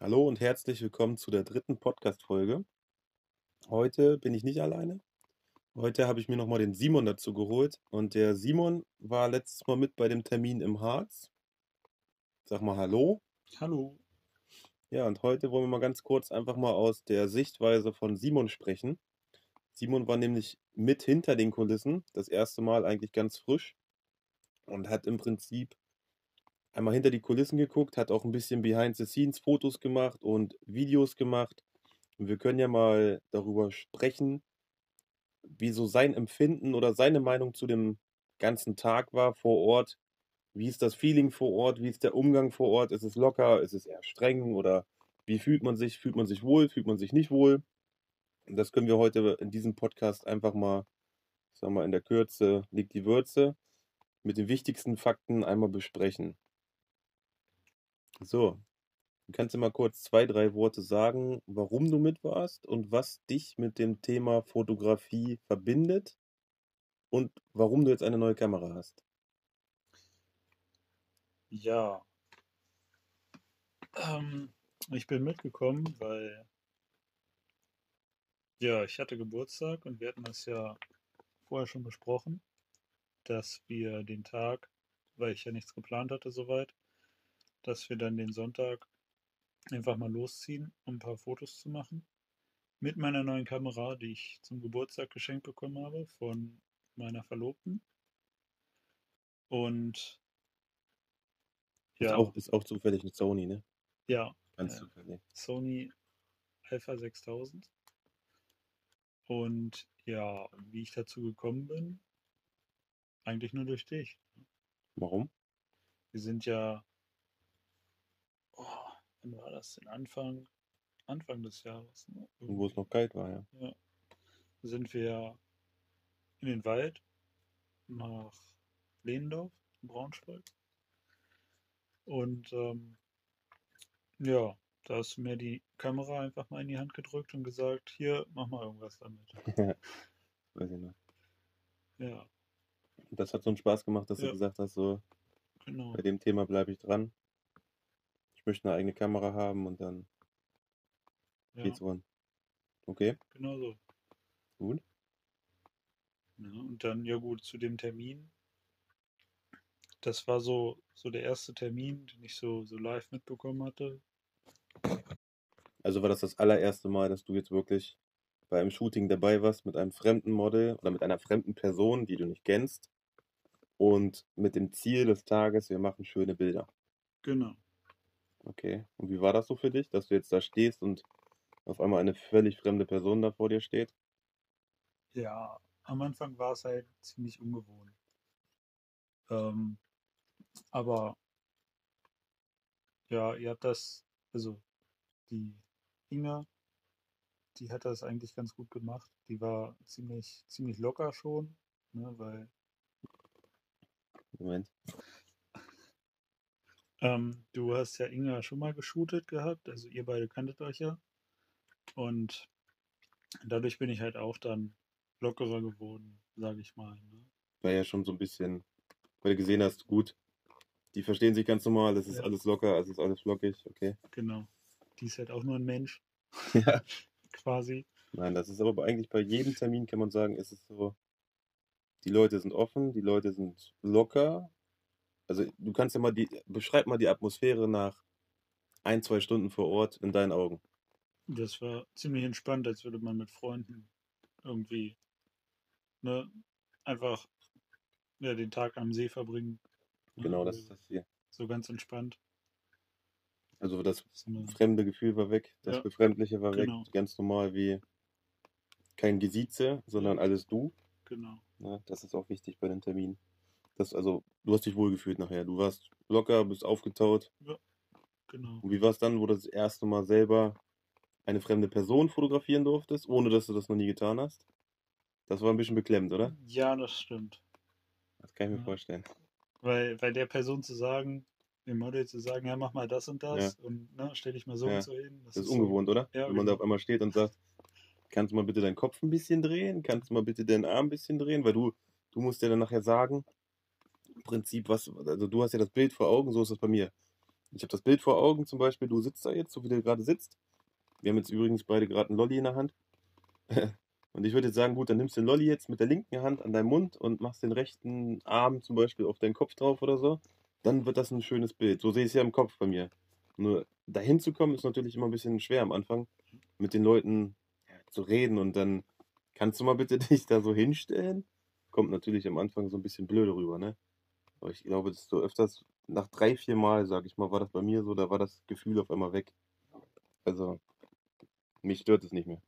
Hallo und herzlich willkommen zu der dritten Podcast-Folge. Heute bin ich nicht alleine. Heute habe ich mir nochmal den Simon dazu geholt. Und der Simon war letztes Mal mit bei dem Termin im Harz. Sag mal Hallo. Hallo. Ja, und heute wollen wir mal ganz kurz einfach mal aus der Sichtweise von Simon sprechen. Simon war nämlich mit hinter den Kulissen, das erste Mal eigentlich ganz frisch und hat im Prinzip einmal hinter die Kulissen geguckt, hat auch ein bisschen Behind-the-Scenes-Fotos gemacht und Videos gemacht. Und wir können ja mal darüber sprechen, wie so sein Empfinden oder seine Meinung zu dem ganzen Tag war vor Ort. Wie ist das Feeling vor Ort? Wie ist der Umgang vor Ort? Ist es locker? Ist es eher streng? Oder wie fühlt man sich? Fühlt man sich wohl? Fühlt man sich nicht wohl? Und das können wir heute in diesem Podcast einfach mal, ich sag mal, in der Kürze liegt die Würze, mit den wichtigsten Fakten einmal besprechen. So, kannst du mal kurz zwei, drei Worte sagen, warum du mit warst und was dich mit dem Thema Fotografie verbindet und warum du jetzt eine neue Kamera hast? Ja, ähm, ich bin mitgekommen, weil ja, ich hatte Geburtstag und wir hatten das ja vorher schon besprochen, dass wir den Tag, weil ich ja nichts geplant hatte soweit, dass wir dann den Sonntag einfach mal losziehen, um ein paar Fotos zu machen. Mit meiner neuen Kamera, die ich zum Geburtstag geschenkt bekommen habe von meiner Verlobten. Und Ist ja, auch, ist auch zufällig eine Sony, ne? ja, Ganz äh, zufällig. Sony Alpha 6000. Und ja, wie ich dazu gekommen bin, eigentlich nur durch dich. Warum? Wir sind ja, oh, wann war das denn? Anfang des Jahres, ne? Und wo es Irgendwie. noch kalt war, ja. Ja, sind wir in den Wald nach Lehendorf, Braunschweig. Und ja, da hast du mir die Kamera einfach mal in die Hand gedrückt und gesagt, hier, mach mal irgendwas damit. Weiß ich noch. Ja, Und das hat so einen Spaß gemacht, dass du ja, gesagt hast, so, bei genau. dem Thema bleibe ich dran. Ich möchte eine eigene Kamera haben und dann Ja, geht's voran. Okay, genau so. gut. Ja, und dann, ja gut, zu dem Termin. Das war so der erste Termin, den ich so live mitbekommen hatte. Also war das das allererste Mal, dass du jetzt wirklich bei einem Shooting dabei warst mit einem fremden Model oder mit einer fremden Person, die du nicht kennst und mit dem Ziel des Tages, wir machen schöne Bilder. Genau. Okay. Und wie war das so für dich, dass du jetzt da stehst und auf einmal eine völlig fremde Person da vor dir steht? Ja, am Anfang war es halt ziemlich ungewohnt. Ähm, aber ja, ihr habt das, also die Inga, die hat das eigentlich ganz gut gemacht. Die war ziemlich locker schon, ne, weil Moment. du hast ja Inga schon mal geshootet gehabt, also ihr beide kanntet euch ja. Und dadurch bin ich halt auch dann lockerer geworden, sage ich mal. Ne? War ja schon so ein bisschen, weil du gesehen hast, gut, die verstehen sich ganz normal, es ist Ja, alles locker, es ist alles flockig, okay. genau. Die ist halt auch nur ein Mensch, Ja. quasi. Nein, das ist aber eigentlich bei jedem Termin, kann man sagen, ist es so, die Leute sind offen, die Leute sind locker. Also du kannst ja mal beschreib mal die Atmosphäre nach ein, zwei Stunden vor Ort in deinen Augen. Das war ziemlich entspannt, als würde man mit Freunden irgendwie, ne, einfach ja, den Tag am See verbringen. Ne? Genau, das ist das hier. So ganz entspannt. Also das So eine, fremde Gefühl war weg, das ja, Befremdliche war weg, genau. ganz normal wie kein Gesieze, Ja, sondern alles du. genau. Ja, das ist auch wichtig bei den Terminen. Das, also, du hast dich wohlgefühlt nachher. Du warst locker, bist aufgetaut. Ja, genau. Und wie war es dann, wo du das erste Mal selber eine fremde Person fotografieren durftest, ohne dass du das noch nie getan hast? Das war ein bisschen beklemmend, oder? Ja, das stimmt. Das kann ich mir Ja. vorstellen. Weil der Person zu sagen, dem Model zu sagen, ja, mach mal das und Ja, das und ne, stell dich mal so und ja. so hin, das Das ist ist so, ungewohnt, oder? ja, Wenn man da genau. auf einmal steht und sagt, kannst du mal bitte deinen Kopf ein bisschen drehen? Kannst du mal bitte deinen Arm ein bisschen drehen? Weil du musst ja dann nachher sagen, im Prinzip, was, also du hast ja das Bild vor Augen, so ist es bei mir. Ich habe das Bild vor Augen, zum Beispiel, du sitzt da jetzt, so wie du gerade sitzt. Wir haben jetzt übrigens beide gerade einen Lolli in der Hand. Und ich würde jetzt sagen, gut, dann nimmst du den Lolli jetzt mit der linken Hand an deinen Mund und machst den rechten Arm zum Beispiel auf deinen Kopf drauf oder so. Dann wird das ein schönes Bild. So sehe ich es ja im Kopf bei mir. Nur dahin zu kommen, ist natürlich immer ein bisschen schwer am Anfang, mit den Leuten zu reden. Und dann kannst du mal bitte dich da so hinstellen. Kommt natürlich am Anfang so ein bisschen blöde rüber, ne? Aber ich glaube, das ist so öfters, nach 3, 4 Mal, sag ich mal, war das bei mir so, da war das Gefühl auf einmal weg. Also, mich stört es nicht mehr.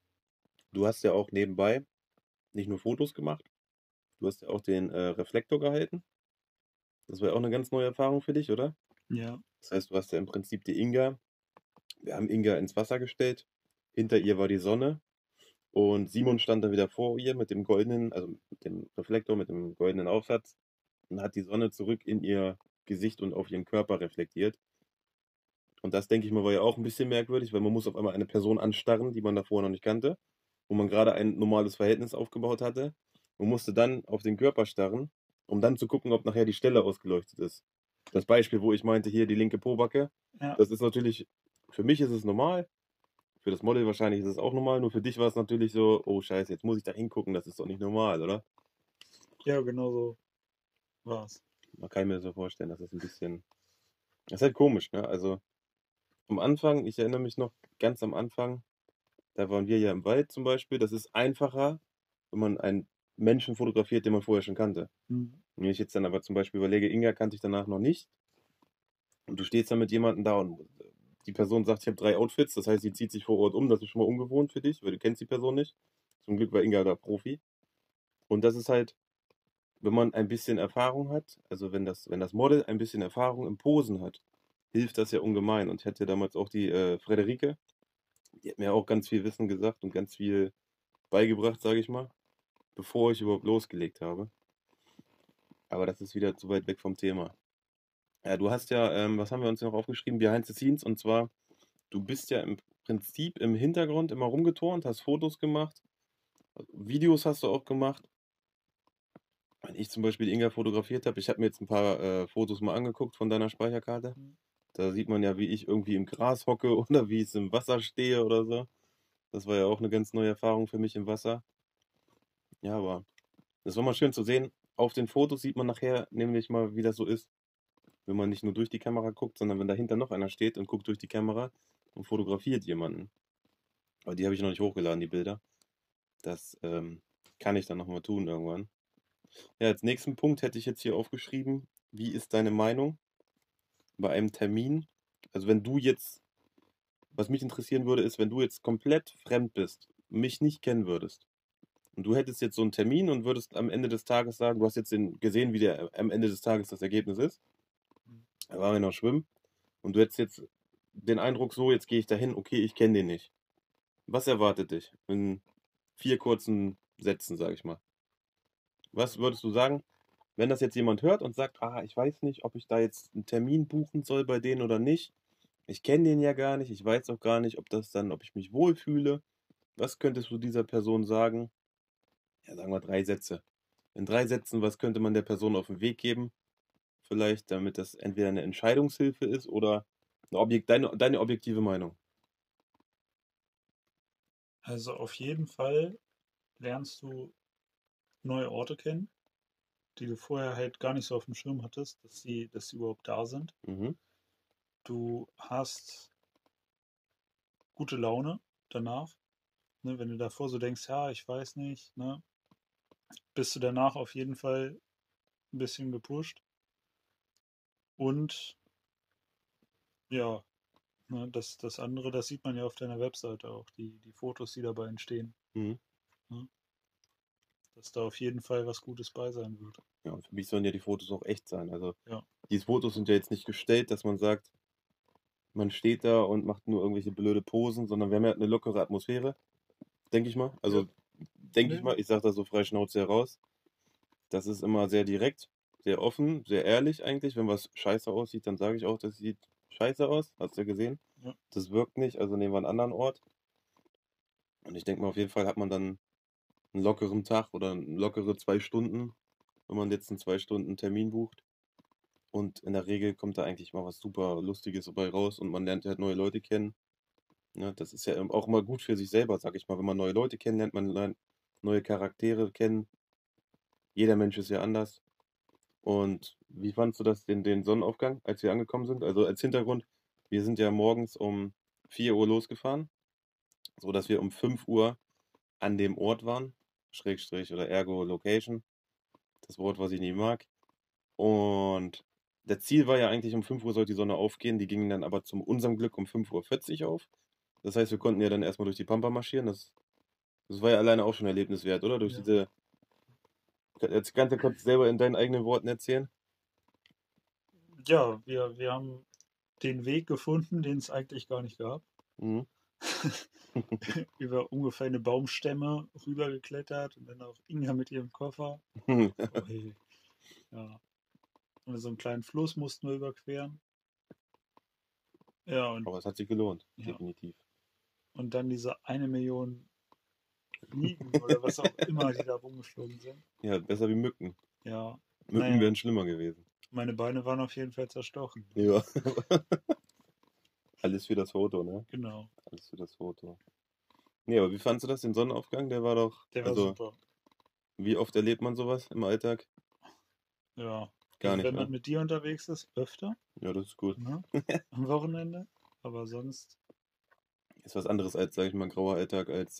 Du hast ja auch nebenbei nicht nur Fotos gemacht, du hast ja auch den Reflektor gehalten. Das war ja auch eine ganz neue Erfahrung für dich, oder? Ja. Das heißt, du hast ja im Prinzip die Inga, wir haben Inga ins Wasser gestellt, hinter ihr war die Sonne und Simon stand dann wieder vor ihr mit dem goldenen, also mit dem Reflektor, mit dem goldenen Aufsatz und hat die Sonne zurück in ihr Gesicht und auf ihren Körper reflektiert. Und das, denke ich mal, war ja auch ein bisschen merkwürdig, weil man muss auf einmal eine Person anstarren, die man davor noch nicht kannte, wo man gerade ein normales Verhältnis aufgebaut hatte und musste dann auf den Körper starren, um dann zu gucken, ob nachher die Stelle ausgeleuchtet ist. Das Beispiel, wo ich meinte, hier die linke Pobacke, Ja. das ist natürlich, für mich ist es normal, für das Model wahrscheinlich ist es auch normal, nur für dich war es natürlich so, oh Scheiße, jetzt muss ich da hingucken, das ist doch nicht normal, oder? Ja, genau so war's. Man kann mir so vorstellen, dass es ein bisschen, das ist halt komisch, ne? Also am Anfang, ich erinnere mich noch ganz am Anfang, da waren wir ja im Wald zum Beispiel. Das ist einfacher, wenn man einen Menschen fotografiert, den man vorher schon kannte. Mhm. Wenn ich jetzt dann aber zum Beispiel überlege, Inga kannte ich danach noch nicht. Und du stehst dann mit jemandem da und die Person sagt, ich habe 3 Outfits. Das heißt, sie zieht sich vor Ort um. Das ist schon mal ungewohnt für dich, weil du kennst die Person nicht. Zum Glück war Inga da Profi. Und das ist halt, wenn man ein bisschen Erfahrung hat, also wenn das Model ein bisschen Erfahrung im Posen hat, hilft das ja ungemein. Und ich hatte damals auch die Frederike, die hat mir auch ganz viel Wissen gesagt und ganz viel beigebracht, sage ich mal, bevor ich überhaupt losgelegt habe. Aber das ist wieder zu weit weg vom Thema. Ja, du hast ja, was haben wir uns noch aufgeschrieben? Behind the Scenes. Und zwar, du bist ja im Prinzip im Hintergrund immer rumgeturnt, hast Fotos gemacht, Videos hast du auch gemacht. Wenn ich zum Beispiel Inga fotografiert habe, ich habe mir jetzt ein paar Fotos mal angeguckt von deiner Speicherkarte. Mhm. Da sieht man ja, wie ich irgendwie im Gras hocke oder wie ich im Wasser stehe oder so. Das war ja auch eine ganz neue Erfahrung für mich im Wasser. Ja, aber das war mal schön zu sehen. Auf den Fotos sieht man nachher nämlich mal, wie das so ist, wenn man nicht nur durch die Kamera guckt, sondern wenn dahinter noch einer steht und guckt durch die Kamera und fotografiert jemanden. Aber die habe ich noch nicht hochgeladen, die Bilder. Das kann ich dann nochmal tun irgendwann. Ja, als nächsten Punkt hätte ich jetzt hier aufgeschrieben, wie ist deine Meinung bei einem Termin? Also wenn du jetzt, was mich interessieren würde, ist, wenn du jetzt komplett fremd bist, mich nicht kennen würdest. Und du hättest jetzt so einen Termin und würdest am Ende des Tages sagen, du hast jetzt gesehen, wie der am Ende des Tages das Ergebnis ist. Da waren wir noch schwimmen. Und du hättest jetzt den Eindruck so, jetzt gehe ich dahin, okay, ich kenne den nicht. Was erwartet dich? In 4 kurzen Sätzen, sage ich mal. Was würdest du sagen, wenn das jetzt jemand hört und sagt, ich weiß nicht, ob ich da jetzt einen Termin buchen soll bei denen oder nicht. Ich kenne den ja gar nicht, ich weiß auch gar nicht, ob ich mich wohlfühle. Was könntest du dieser Person sagen? Ja, sagen wir 3 Sätze. In 3 Sätzen, was könnte man der Person auf den Weg geben? Vielleicht, damit das entweder eine Entscheidungshilfe ist oder deine objektive Meinung. Also auf jeden Fall lernst du neue Orte kennen, die du vorher halt gar nicht so auf dem Schirm hattest, dass sie überhaupt da sind. Mhm. Du hast gute Laune danach, ne, wenn du davor so denkst, ja, ich weiß nicht, ne, bist du danach auf jeden Fall ein bisschen gepusht. Und ja, ne, das andere, das sieht man ja auf deiner Webseite auch, die Fotos, die dabei entstehen. Mhm. Ne, dass da auf jeden Fall was Gutes bei sein wird. Ja, und für mich sollen ja die Fotos auch echt sein. Also, Ja. diese Fotos sind ja jetzt nicht gestellt, dass man sagt, man steht da und macht nur irgendwelche blöde Posen, sondern wir haben ja eine lockere Atmosphäre, denke ich mal. Ja, Also, denke ich nee. mal, ich sage das so frei Schnauze heraus. Das ist immer sehr direkt, sehr offen, sehr ehrlich eigentlich. Wenn was scheiße aussieht, dann sage ich auch, das sieht scheiße aus. Hast du ja gesehen? Ja. Das wirkt nicht, also nehmen wir einen anderen Ort. Und ich denke mal, auf jeden Fall hat man dann einen lockeren Tag oder lockere 2 Stunden, wenn man jetzt einen 2 Stunden Termin bucht. Und in der Regel kommt da eigentlich mal was super Lustiges dabei raus und man lernt halt neue Leute kennen. Ne? Das ist ja auch immer gut für sich selber, sag ich mal. Wenn man neue Leute kennenlernt, man lernt neue Charaktere kennen. Jeder Mensch ist ja anders. Und wie fandst du das, den Sonnenaufgang, als wir angekommen sind? Also als Hintergrund, wir sind ja morgens um 4 Uhr losgefahren, so dass wir um 5 Uhr an dem Ort waren, Schrägstrich oder Ergo Location, das Wort, was ich nie mag. Und das Ziel war ja eigentlich, um 5 Uhr sollte die Sonne aufgehen, die ging dann aber zu unserem Glück um 5:40 Uhr auf. Das heißt, wir konnten ja dann erstmal durch die Pampa marschieren. Das war ja alleine auch schon erlebniswert, oder? Durch Ja. diese. Das Ganze kannst du selber in deinen eigenen Worten erzählen. Ja, wir haben den Weg gefunden, den es eigentlich gar nicht gab. Mhm. Über ungefähr eine Baumstämme rübergeklettert und dann auch Inga mit ihrem Koffer. Oh, hey. Ja. Und so einen kleinen Fluss mussten wir überqueren. Ja, Aber es hat sich gelohnt, ja. definitiv. Und dann diese 1 Million Fliegen oder was auch immer, die da rumgeflogen sind. Ja, besser wie Mücken. Ja, Mücken naja, wären schlimmer gewesen. meine Beine waren auf jeden Fall zerstochen. Ja. Alles für das Foto, ne? Genau, Alles für das Foto. Nee, aber wie fandst du das, den Sonnenaufgang? Der war doch, der war also, super. wie oft erlebt man sowas im Alltag? Ja, Gar also nicht, wenn man wa? mit dir unterwegs ist, öfter, Ja, das ist gut. ne? Am Wochenende. Aber sonst, Ist was anderes als, sag ich mal, grauer Alltag, als,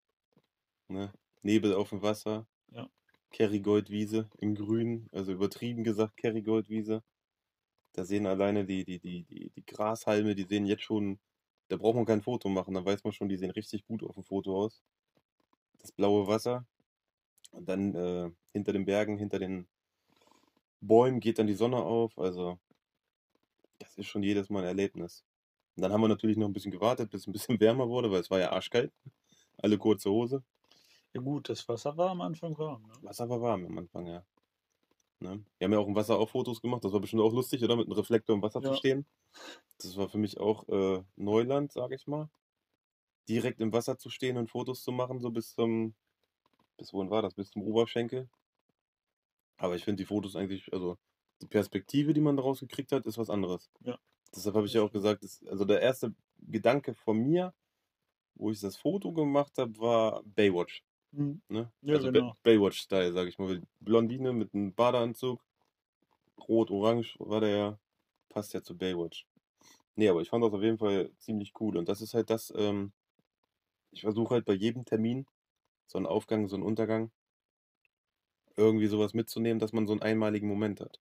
ne? Nebel auf dem Wasser, ja, Kerrygold-Wiese in Grün, also übertrieben gesagt Kerrygold-Wiese. Da sehen alleine die Grashalme, die sehen jetzt schon, da braucht man kein Foto machen, da weiß man schon, die sehen richtig gut auf dem Foto aus. Das blaue Wasser und dann hinter den Bergen, hinter den Bäumen geht dann die Sonne auf, also das ist schon jedes Mal ein Erlebnis. Und dann haben wir natürlich noch ein bisschen gewartet, bis es ein bisschen wärmer wurde, weil es war ja arschkalt. Alle kurze Hose. ja gut, das Wasser war am Anfang warm, ne? Wasser war warm am Anfang, ja. Ne? Wir haben ja auch im Wasser auch Fotos gemacht, das war bestimmt auch lustig, oder? Mit einem Reflektor im Wasser zu Ja, stehen. Das war für mich auch Neuland, sage ich mal. Direkt im Wasser zu stehen und Fotos zu machen, so bis wohin war das? Bis zum Oberschenkel. Aber ich finde die Fotos eigentlich, also die Perspektive, die man daraus gekriegt hat, ist was anderes. ja, Deshalb habe ich das ja auch stimmt. gesagt, also der erste Gedanke von mir, wo ich das Foto gemacht habe, war Baywatch. Mhm. Ne? Ja, Also genau. Baywatch-Style, sage ich mal. Blondine mit einem Badeanzug, rot-orange war der ja, passt ja zu Baywatch. Nee, aber ich fand das auf jeden Fall ziemlich cool. Und das ist halt das, ich versuche halt bei jedem Termin so einen Aufgang, so einen Untergang, irgendwie sowas mitzunehmen, dass man so einen einmaligen Moment hat.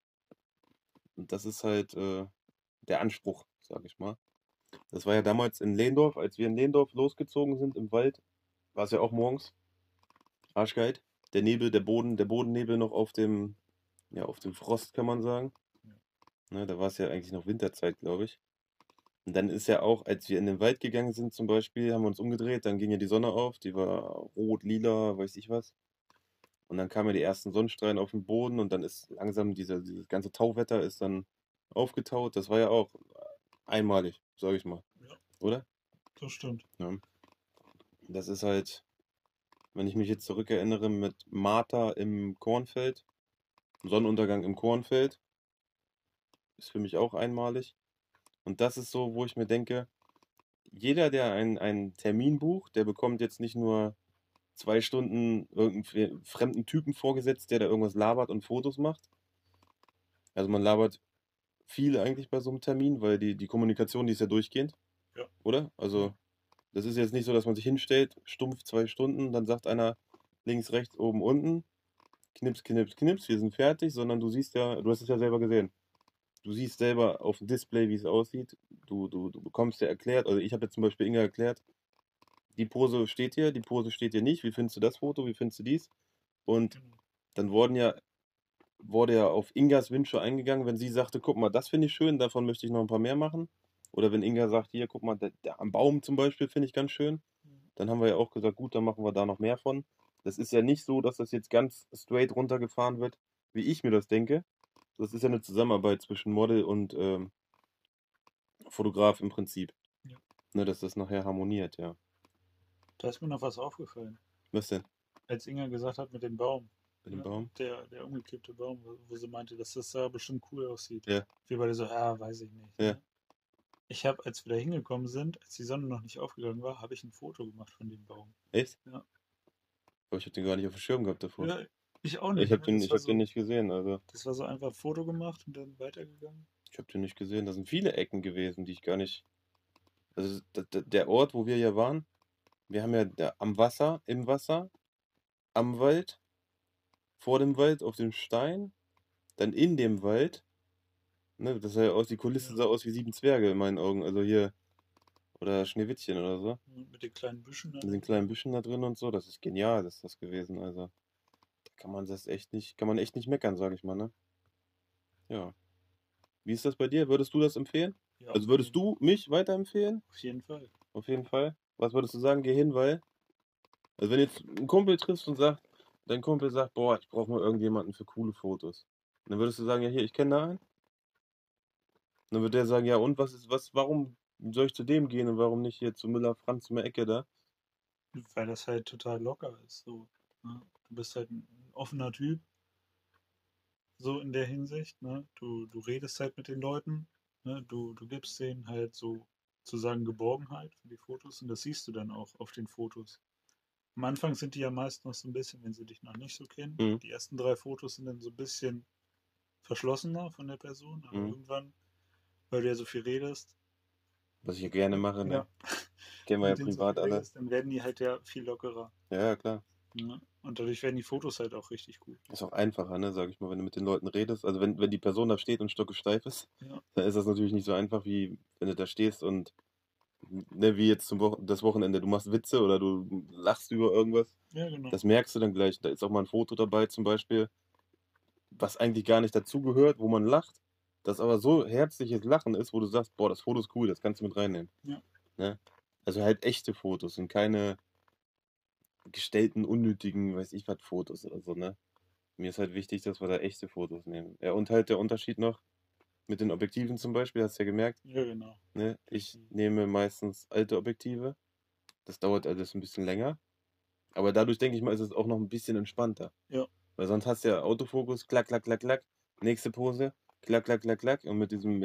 Und das ist halt der Anspruch, sage ich mal. Das war ja damals in Lehndorf, als wir in Lehndorf losgezogen sind im Wald, war es ja auch morgens, arschkalt. Der Nebel, der Bodennebel noch ja, auf dem Frost, kann man sagen. Ja. Ne, da war es ja eigentlich noch Winterzeit, glaube ich. Und dann ist ja auch, als wir in den Wald gegangen sind zum Beispiel, haben wir uns umgedreht, dann ging ja die Sonne auf, die war rot, lila, weiß ich was. Und dann kamen ja die ersten Sonnenstrahlen auf den Boden und dann ist langsam dieses ganze Tauwetter ist dann aufgetaut. Das war ja auch einmalig, sage ich mal, Ja, oder? das stimmt. Ja. Das ist halt, wenn ich mich jetzt zurückerinnere, mit Martha im Kornfeld, Sonnenuntergang im Kornfeld, ist für mich auch einmalig. Und das ist so, wo ich mir denke, jeder, der einen Termin bucht, der bekommt jetzt nicht nur 2 Stunden irgendeinen fremden Typen vorgesetzt, der da irgendwas labert und Fotos macht. Also man labert viel eigentlich bei so einem Termin, weil die Kommunikation, die ist ja durchgehend, Ja, oder? ja, Also das ist jetzt nicht so, dass man sich hinstellt, stumpf 2 Stunden, dann sagt einer links, rechts, oben, unten, knips, knips, knips, wir sind fertig, sondern du siehst ja, du hast es ja selber gesehen. Du siehst selber auf dem Display, wie es aussieht. Du bekommst ja erklärt, also ich habe jetzt zum Beispiel Inga erklärt, die Pose steht hier, die Pose steht hier nicht, wie findest du das Foto, wie findest du dies? Und genau. dann wurde ja auf Ingas Wünsche eingegangen, wenn sie sagte, guck mal, das finde ich schön, davon möchte ich noch ein paar mehr machen. Oder wenn Inga sagt, hier, guck mal, der am Baum zum Beispiel finde ich ganz schön. Dann haben wir ja auch gesagt, gut, dann machen wir da noch mehr von. Das ist ja nicht so, dass das jetzt ganz straight runtergefahren wird, wie ich mir das denke. Das ist ja eine Zusammenarbeit zwischen Model und Fotograf im Prinzip. Ja. Ne, dass das nachher harmoniert, ja. Da ist mir noch was aufgefallen, Was denn? als Inga gesagt hat mit dem Baum. Mit dem Ja, Baum. der umgekippte Baum, wo sie meinte, dass das da bestimmt cool aussieht. Ja, Wir beide so, ja, weiß ich nicht. ja. Ne? Ich habe, als wir da hingekommen sind, als die Sonne noch nicht aufgegangen war, habe ich ein Foto gemacht von dem Baum. Echt? Ja, Aber ich habe den gar nicht auf dem Schirm gehabt davor. ja ich auch Ich nicht. habe Ne? den, ich hab den nicht gesehen, also. Das war so einfach ein Foto gemacht und dann weitergegangen. Ich habe den nicht gesehen. Da sind viele Ecken gewesen, die ich gar nicht. Also der Ort, wo wir hier waren, wir haben ja am Wasser, im Wasser, am Wald, vor dem Wald, auf dem Stein, dann in dem Wald. Ne, das sah ja aus, die Kulisse Ja, sah aus wie sieben Zwerge in meinen Augen. Also hier, oder Schneewittchen oder so. mit den kleinen Büschen da Mit den drin. kleinen Büschen da drin und so. Das ist genial, ist das gewesen. Also, da kann man echt nicht meckern, sage ich mal, ne? Ja. Wie ist das bei dir? Würdest du das empfehlen? Ja, Also würdest du mich weiterempfehlen? auf jeden Fall. Auf jeden Fall. Was würdest du sagen? Geh hin, weil. Also wenn jetzt ein Kumpel triffst und dein Kumpel sagt, boah, ich brauche mal irgendjemanden für coole Fotos. Dann würdest du sagen, ja hier, ich kenne da einen. Dann wird der sagen, ja und warum soll ich zu dem gehen und warum nicht hier zu Müller Franz um die Ecke da? Weil das halt total locker ist. So, ne? Du bist halt ein offener Typ, so in der Hinsicht. Ne? Du redest halt mit den Leuten. Ne? Du gibst denen halt so sozusagen Geborgenheit für die Fotos und das siehst du dann auch auf den Fotos. Am Anfang sind die ja meist noch so ein bisschen, wenn sie dich noch nicht so kennen. Mhm. Die ersten 3 Fotos sind dann so ein bisschen verschlossener von der Person, aber Mhm. irgendwann, weil du ja so viel redest, Was ich ja gerne mache, ne? ja, Kennen wir ja mit denen so privat viel alle. redest, dann werden die halt ja viel lockerer. Ja, ja, klar. Ne? Und dadurch werden die Fotos halt auch richtig gut. Ist auch einfacher, ne, sag ich mal, wenn du mit den Leuten redest. Also wenn die Person da steht und stockesteif ist, Ja, dann ist das natürlich nicht so einfach, wie wenn du da stehst und, ne, wie jetzt das Wochenende, du machst Witze oder du lachst über irgendwas. ja, genau. Das merkst du dann gleich. Da ist auch mal ein Foto dabei zum Beispiel, was eigentlich gar nicht dazugehört, wo man lacht, das aber so herzliches Lachen ist, wo du sagst, boah, das Foto ist cool, das kannst du mit reinnehmen. Ja, Ne? Also halt echte Fotos und keine gestellten, unnötigen, weiß ich was, Fotos oder so, ne? Mir ist halt wichtig, dass wir da echte Fotos nehmen. Ja, und halt der Unterschied noch mit den Objektiven zum Beispiel, hast du ja gemerkt, ja, genau. ne? Ich Die, nehme meistens alte Objektive. Das dauert alles ein bisschen länger. Aber dadurch, denke ich mal, ist es auch noch ein bisschen entspannter. ja, Weil sonst hast du ja Autofokus, klack, klack, klack, klack, nächste Pose, klack, klack, klack, klack. Und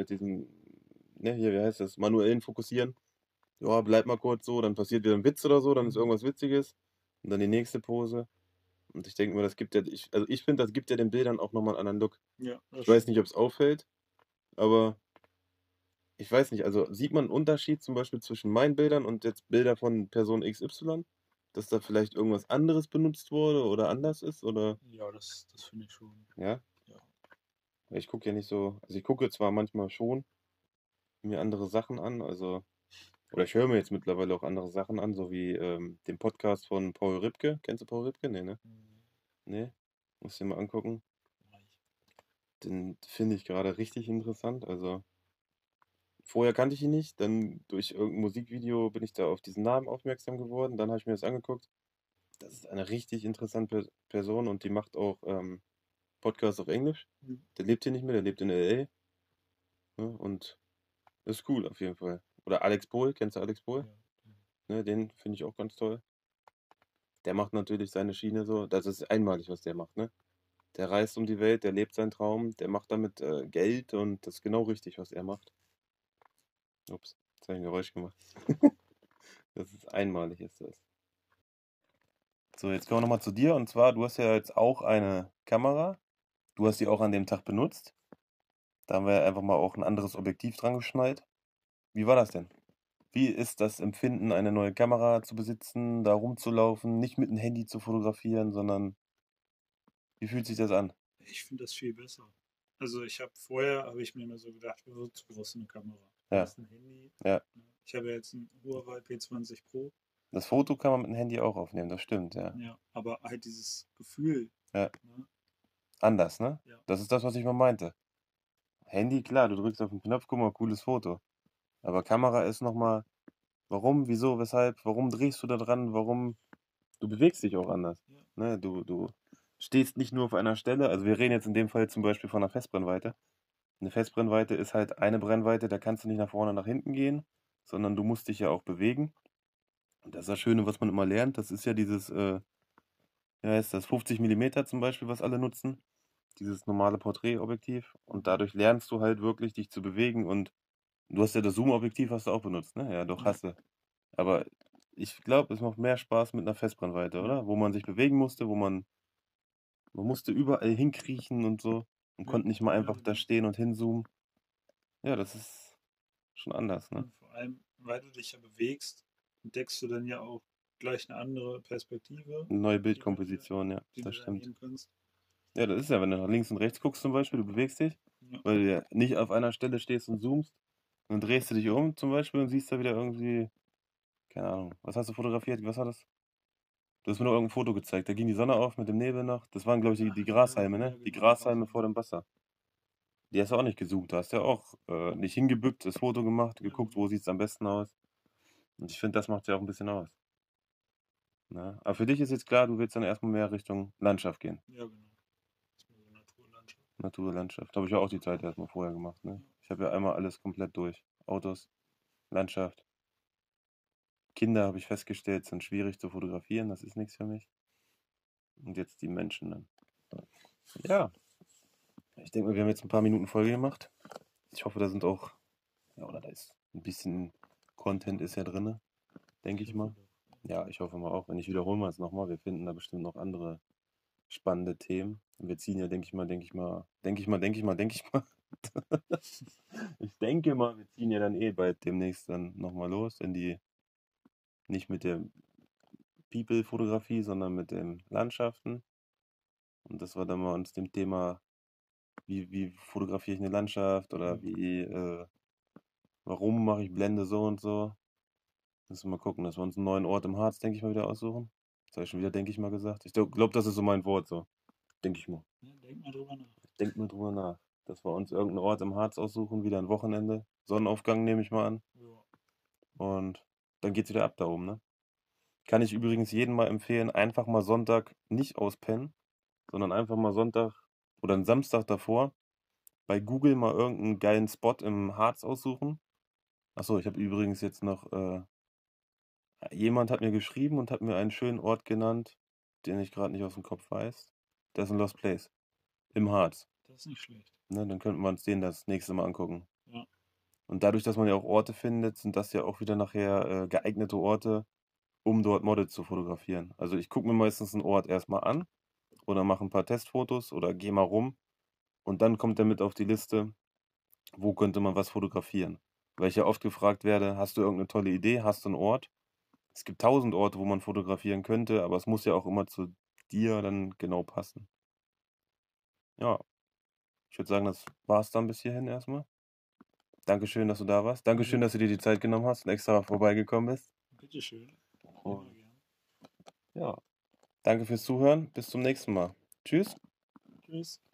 ne, hier, wie heißt das, manuellen Fokussieren. Ja, bleib mal kurz so, dann passiert wieder ein Witz oder so, dann ist irgendwas Witziges. Und dann die nächste Pose. Und ich denke mir, das gibt ja, also ich finde, das gibt ja den Bildern auch nochmal einen anderen Look. ja, das Ich weiß stimmt. nicht, ob es auffällt, aber ich weiß nicht, also sieht man einen Unterschied zum Beispiel zwischen meinen Bildern und jetzt Bilder von Person XY? Dass da vielleicht irgendwas anderes benutzt wurde oder anders ist? Oder Ja, das finde ich schon. ja? Ja, Weil ich gucke ja nicht so, also ich gucke zwar manchmal schon mir andere Sachen an, also, oder ich höre mir jetzt mittlerweile auch andere Sachen an, so wie den Podcast von Paul Ripke. Kennst du Paul Ripke? Nee, ne? Nee? Musst du dir mal angucken. Den finde ich gerade richtig interessant. Also, vorher kannte ich ihn nicht, dann durch irgendein Musikvideo bin ich da auf diesen Namen aufmerksam geworden, dann habe ich mir das angeguckt. Das ist eine richtig interessante Person und die macht auch Podcasts auf Englisch. Mhm. Der lebt hier nicht mehr, der lebt in LA. Ne? Und ist cool auf jeden Fall. Oder Alex Pohl, kennst du Alex Pohl? Ja, Ne, den finde ich auch ganz toll. Der macht natürlich seine Schiene so. Das ist einmalig, was der macht, ne? Der reist um die Welt, der lebt seinen Traum, der macht damit Geld und das ist genau richtig, was er macht. Ups, jetzt habe ich ein Geräusch gemacht. Das ist einmalig, ist das. So, jetzt kommen wir nochmal zu dir. Und zwar, du hast ja jetzt auch eine Kamera. Du hast die auch an dem Tag benutzt. Da haben wir einfach mal auch ein anderes Objektiv dran geschnallt. Wie war das denn? Wie ist das Empfinden, eine neue Kamera zu besitzen, da rumzulaufen, nicht mit dem Handy zu fotografieren, sondern wie fühlt sich das an? ich finde das viel besser. Also habe ich mir immer so gedacht, so zu groß so eine Kamera. Du Ja, hast ein Handy. ja. Ne? Ich habe ja jetzt ein Huawei P20 Pro. Das Foto kann man mit dem Handy auch aufnehmen, das stimmt, ja. Ja, aber halt dieses Gefühl. Ja, Ne? anders, ne? Ja, Das ist das, was ich mal meinte. Handy, klar, du drückst auf den Knopf, guck mal, cooles Foto. Aber Kamera ist nochmal, warum, wieso, weshalb, warum drehst du da dran, warum, du bewegst dich auch anders. ja, Ne? Du stehst nicht nur auf einer Stelle, also wir reden jetzt in dem Fall zum Beispiel von einer Festbrennweite. Eine Festbrennweite ist halt eine Brennweite, da kannst du nicht nach vorne, nach hinten gehen, sondern du musst dich ja auch bewegen. Und das ist das Schöne, was man immer lernt, das ist ja dieses ja, ist das 50 Millimeter zum Beispiel, was alle nutzen, dieses normale Porträtobjektiv. Und dadurch lernst du halt wirklich, dich zu bewegen. Und du hast ja das Zoom-Objektiv, hast du auch benutzt, ne? Ja, doch, Ja, hast du. Aber ich glaube, es macht mehr Spaß mit einer Festbrennweite, ja, oder? Wo man sich bewegen musste, man musste überall hinkriechen und so und ja, konnte nicht mal ja, einfach da genau. stehen und hinzoomen. Ja, das ist schon anders, ne? Und vor allem, weil du dich ja bewegst, entdeckst du dann ja auch gleich eine andere Perspektive, Eine neue die du dir, Bildkomposition, ja, die du das da stimmt. nehmen kannst. Ja, das ist ja, wenn du nach links und rechts guckst zum Beispiel, du bewegst dich, Ja, weil du ja nicht auf einer Stelle stehst und zoomst, dann drehst du dich um zum Beispiel und siehst da wieder irgendwie, keine Ahnung, was hast du fotografiert? Was war das? Du hast mir nur irgendein Foto gezeigt. Da ging die Sonne auf mit dem Nebel noch. Das waren, glaube ich, die ach ja, Grashalme, ja, ne? Die genau, die Grashalme vor Grashalme. dem Wasser. Die hast du auch nicht gezoomt. Da hast du ja auch nicht hingebückt, das Foto gemacht, Ja, geguckt, genau. wo sieht es am besten aus. Und ich finde, das macht ja auch ein bisschen aus. Ne? Aber für dich ist jetzt klar, du willst dann erstmal mehr Richtung Landschaft gehen. Ja, genau. Das ist mir so Naturlandschaft. Natur, Landschaft. Habe ich ja auch die Zeit erstmal vorher gemacht, ne? Ich habe ja einmal alles komplett durch. Autos, Landschaft. Kinder habe ich festgestellt, sind schwierig zu fotografieren. Das ist nichts für mich. Und jetzt die Menschen dann. Ja, ich denke mal, wir haben jetzt ein paar Minuten Folge gemacht. Ich hoffe, da sind auch, ja, oder da ist ein bisschen Content ist ja drin, denke Ich ich hoffe mal. doch. Ja, ich hoffe mal auch. Wenn ich wiederholen wir es nochmal, wir finden da bestimmt noch andere spannende Themen. Und wir ziehen ja, denke ich mal. Ich denke mal, wir ziehen ja dann eh bald demnächst dann nochmal los in die, nicht mit der People-Fotografie, sondern mit den Landschaften. Und das war dann mal uns dem Thema, wie fotografiere ich eine Landschaft Ja, oder warum mache ich Blende so und so. Müssen wir mal gucken, dass wir uns einen neuen Ort im Harz, denke ich mal, wieder aussuchen. Das habe ich schon wieder, denke ich mal, gesagt. Ich glaube, das ist so mein Wort, so. Denke ich mal. ja, denk mal drüber nach. Denk mal drüber nach. Dass wir uns irgendeinen Ort im Harz aussuchen, wieder ein Wochenende. Sonnenaufgang nehme ich mal an. Ja, Und dann geht's wieder ab da oben, ne? Kann ich übrigens jedem mal empfehlen, einfach mal Sonntag nicht auspennen, sondern einfach mal Sonntag oder einen Samstag davor bei Google mal irgendeinen geilen Spot im Harz aussuchen. Achso, ich habe übrigens jetzt noch, jemand hat mir geschrieben und hat mir einen schönen Ort genannt, den ich gerade nicht aus dem Kopf weiß. Das ist ein Lost Place im Harz. das ist nicht schlecht. Ne, dann könnten wir uns den das nächste Mal angucken. Ja, Und dadurch, dass man ja auch Orte findet, sind das ja auch wieder nachher geeignete Orte, um dort Models zu fotografieren. Also ich gucke mir meistens einen Ort erstmal an oder mache ein paar Testfotos oder gehe mal rum und dann kommt er mit auf die Liste, wo könnte man was fotografieren. Weil ich ja oft gefragt werde, hast du irgendeine tolle Idee, hast du einen Ort? Es gibt 1000 Orte, wo man fotografieren könnte, aber es muss ja auch immer zu dir dann genau passen. Ja, ich würde sagen, das war es dann bis hierhin erstmal. Dankeschön, dass du da warst. Dankeschön, jo, dass du dir die Zeit genommen hast und extra vorbeigekommen bist. bitteschön. Immer Und gern. ja, danke fürs Zuhören. Bis zum nächsten Mal. Tschüss. Tschüss.